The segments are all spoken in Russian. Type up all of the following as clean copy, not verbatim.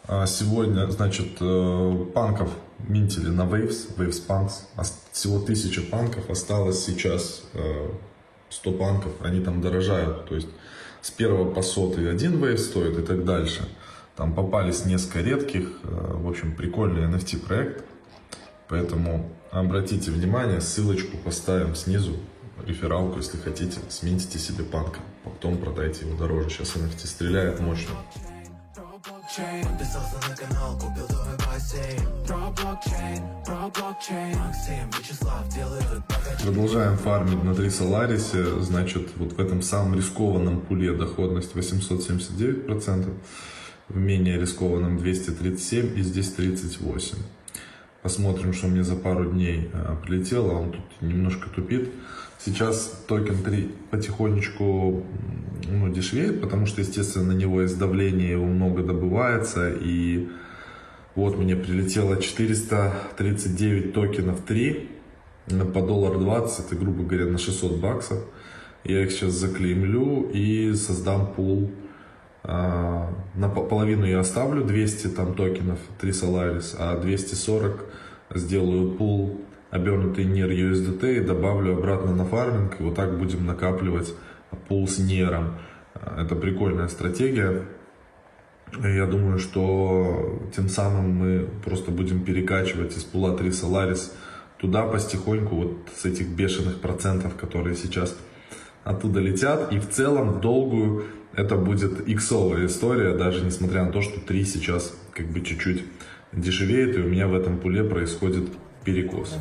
Сегодня, значит, панков минтили на Waves Punks. Всего 1000 панков, осталось сейчас 100 панков, они там дорожают. То есть с 1 по 100 один Wave стоит и так дальше. Там попались несколько редких, в общем, прикольный NFT проект. Поэтому обратите внимание, ссылочку поставим снизу, рефералку, если хотите, сминтите себе панка, потом продайте его дороже. Сейчас NFT стреляет мощно. Продолжаем фармить на 3 Solaris. Значит, вот в этом самом рискованном пуле доходность 879%, в менее рискованном 237% и здесь 38%. Посмотрим, что мне за пару дней прилетело. Он тут немножко тупит. Сейчас токен 3 потихонечку дешевеет, потому что, естественно, на него есть давление, его много добывается. И вот мне прилетело 439 токенов 3 по $1.20, это, грубо говоря, на $600. Я их сейчас заклеймлю и создам пул. Наполовину я оставлю 200 там токенов 3 Solaris, а 240 сделаю пул обернутый NIR USDT и добавлю обратно на фарминг. И вот так будем накапливать пул с NIR. Это прикольная стратегия. Я думаю, что тем самым мы просто будем перекачивать из пула 3 Solaris туда потихоньку, вот с этих бешеных процентов, которые сейчас оттуда летят. И в целом в долгую это будет иксовая история, даже несмотря на то, что 3 сейчас как бы чуть-чуть дешевеет, и у меня в этом пуле происходит перекос.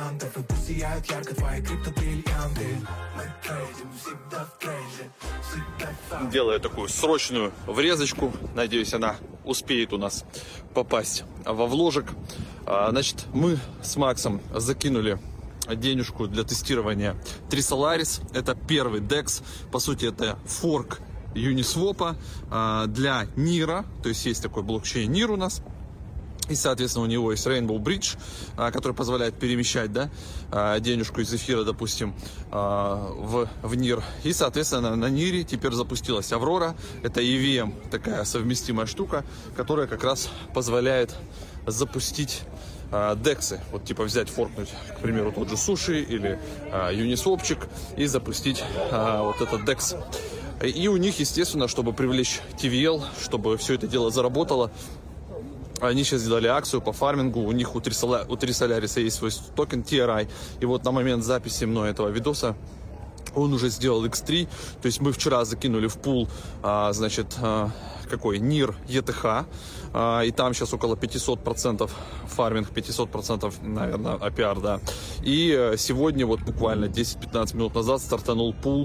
Делаю такую срочную врезочку, надеюсь, она успеет у нас попасть во вложек. Значит, мы с Максом закинули денежку для тестирования 3 Solaris. Это первый DEX, по сути это форк Uniswap для NIR, то есть есть такой блокчейн NIR у нас. И, соответственно, у него есть Rainbow Bridge, который позволяет перемещать, денежку из эфира, допустим, в NIR. И, соответственно, на NIR теперь запустилась Аврора. Это EVM, такая совместимая штука, которая как раз позволяет запустить дексы. Вот типа взять, форкнуть, к примеру, тот же Суши или Uniswapчик и запустить вот этот декс. И у них, естественно, чтобы привлечь TVL, чтобы все это дело заработало, они сейчас сделали акцию по фармингу. У них у 3 Solaris есть свой токен TRI. И вот на момент записи мной этого видоса он уже сделал X3. То есть мы вчера закинули в пул, значит, какой? NIR ETH. И там сейчас около 500% фарминг, 500%, наверное, APR, да. И сегодня, вот буквально 10-15 минут назад, стартанул пул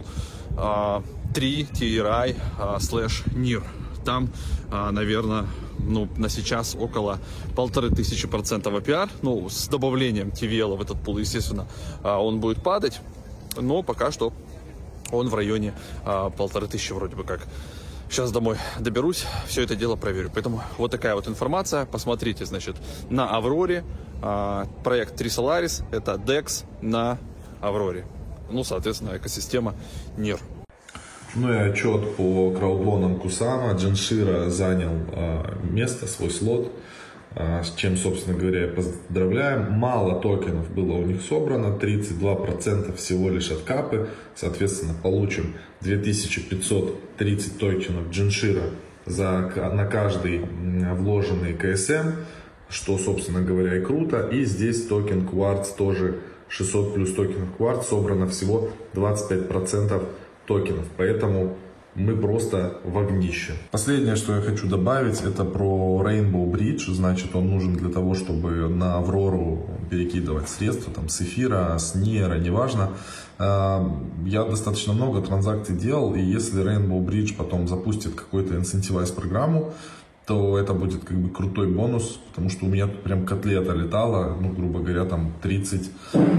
3 TRI /NIR. Там, наверное, на сейчас около 1500% APR. С добавлением TVL в этот пул, естественно, он будет падать. Но пока что он в районе 1500 вроде бы как. Сейчас домой доберусь, все это дело проверю. Поэтому вот такая вот информация. Посмотрите, значит, на Авроре проект 3 Solaris. Это DEX на Авроре. Соответственно, экосистема NIR. И отчет по краудлонам Кусама. Джаншира занял место, свой слот, с чем, собственно говоря, я поздравляем. Мало токенов было у них собрано, 32% всего лишь от капы. Соответственно, получим 2530 токенов Джаншира на каждый вложенный КСМ, что, собственно говоря, и круто. И здесь токен Quartz тоже 600 плюс токенов Quartz, собрано всего 25% токенов, поэтому мы просто в огнище. Последнее, что я хочу добавить, это про Rainbow Bridge. Значит, он нужен для того, чтобы на Аврору перекидывать средства, там, с эфира, с NIR, неважно. Я достаточно много транзакций делал, и если Rainbow Bridge потом запустит какую-то инцентивайз программу, то это будет как бы крутой бонус, потому что у меня тут прям котлета летала, грубо говоря, там 30,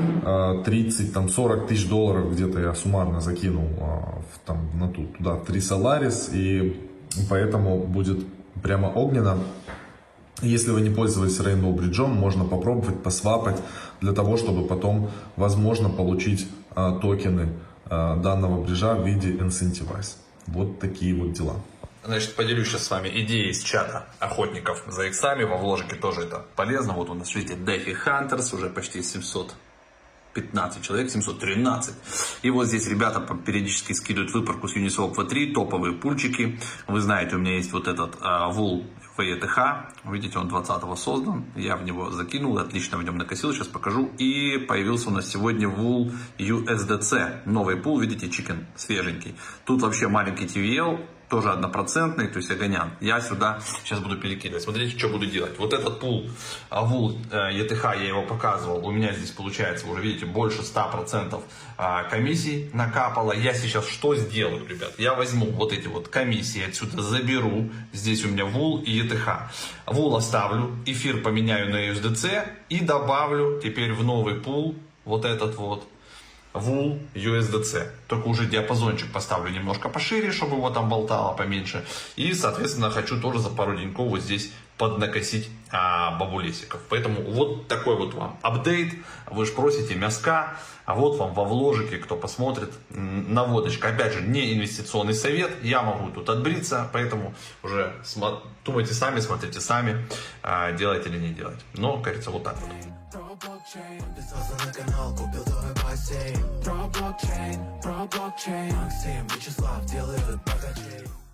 40 тысяч долларов где-то я суммарно закинул туда 3 Solaris, и поэтому будет прямо огненно. Если вы не пользовались Rainbow Bridge, можно попробовать посвапать для того, чтобы потом, возможно, получить токены данного бриджа в виде Incentivize. Вот такие вот дела. Значит, поделюсь сейчас с вами идеей из чата охотников за иксами. Во вложике тоже это полезно. Вот у нас, видите, Defi Hunters, уже почти 715 человек, 713. И вот здесь ребята периодически скидывают выпарку с Uniswap V3, топовые пульчики. Вы знаете, у меня есть вот этот Wool VETH. Видите, он 20-го создан. Я в него закинул, отлично в нем накосил. Сейчас покажу. И появился у нас сегодня Wool USDC. Новый пул, видите, чикен свеженький. Тут вообще маленький TVL. Тоже 1%, то есть огонян. Я сюда сейчас буду перекидывать. Смотрите, что буду делать. Вот этот пул Wool ETH, я его показывал. У меня здесь получается, уже видите, больше 100% комиссий накапало. Я сейчас что сделаю, ребят? Я возьму вот эти вот комиссии отсюда, заберу. Здесь у меня Wool и ETH. Wool оставлю, эфир поменяю на USDC и добавлю теперь в новый пул вот этот вот Wool USDC. Только уже диапазончик поставлю немножко пошире, чтобы его там болтало поменьше. И, соответственно, хочу тоже за пару деньков вот здесь поднакосить бабулесиков. Поэтому вот такой вот вам апдейт. Вы же просите мяска. А вот вам во вложике, кто посмотрит, наводочка. Опять же, не инвестиционный совет. Я могу тут отбриться. Поэтому уже думайте сами, смотрите сами, делать или не делать. Но, как говорится, вот так вот. Про блокчейн, Максим, Вячеслав делают богачей.